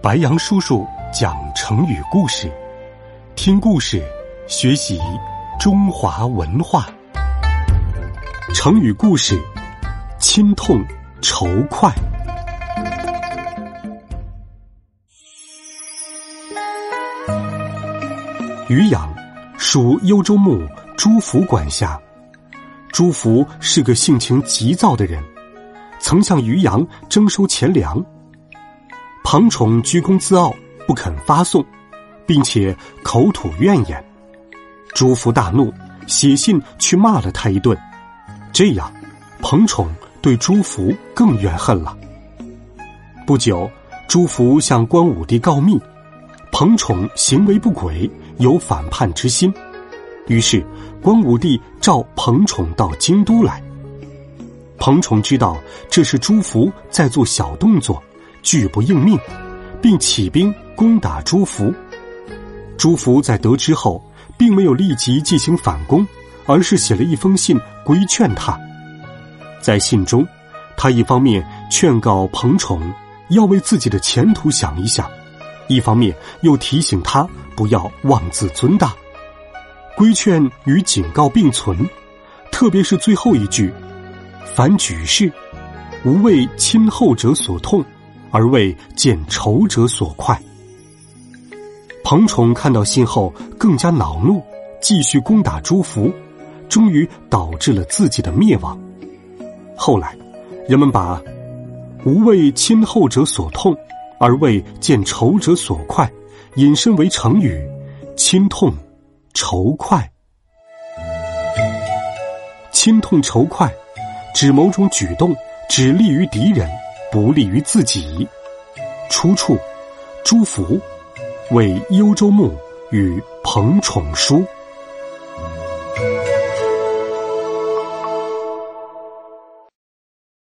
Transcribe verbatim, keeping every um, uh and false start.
白杨叔叔讲成语故事，听故事学习中华文化。成语故事：亲痛仇快。渔阳属幽州牧朱福管辖。朱福是个性情急躁的人，曾向渔阳征收钱粮。庞宠居功自傲，不肯发送，并且口吐怨言。朱福大怒，写信去骂了他一顿。这样，庞宠对朱福更怨恨了。不久，朱福向关武帝告密，庞宠行为不轨，有反叛之心。于是，关武帝召庞宠到京都来。庞宠知道这是朱福在做小动作，拒不应命，并起兵攻打朱福。朱福在得知后，并没有立即进行反攻，而是写了一封信规劝他。在信中，他一方面劝告庞宠要为自己的前途想一想，一方面又提醒他不要妄自尊大。规劝与警告并存，特别是最后一句：凡举事，无为亲厚者所痛，而为见仇者所快。庞宠看到信后更加恼怒，继续攻打朱福，终于导致了自己的灭亡。后来，人们把无为亲厚者所痛，而为见仇者所快引申为成语亲痛仇快。亲痛仇快指某种举动只利于敌人，不利于自己。出处：朱福为幽州牧与彭宠书。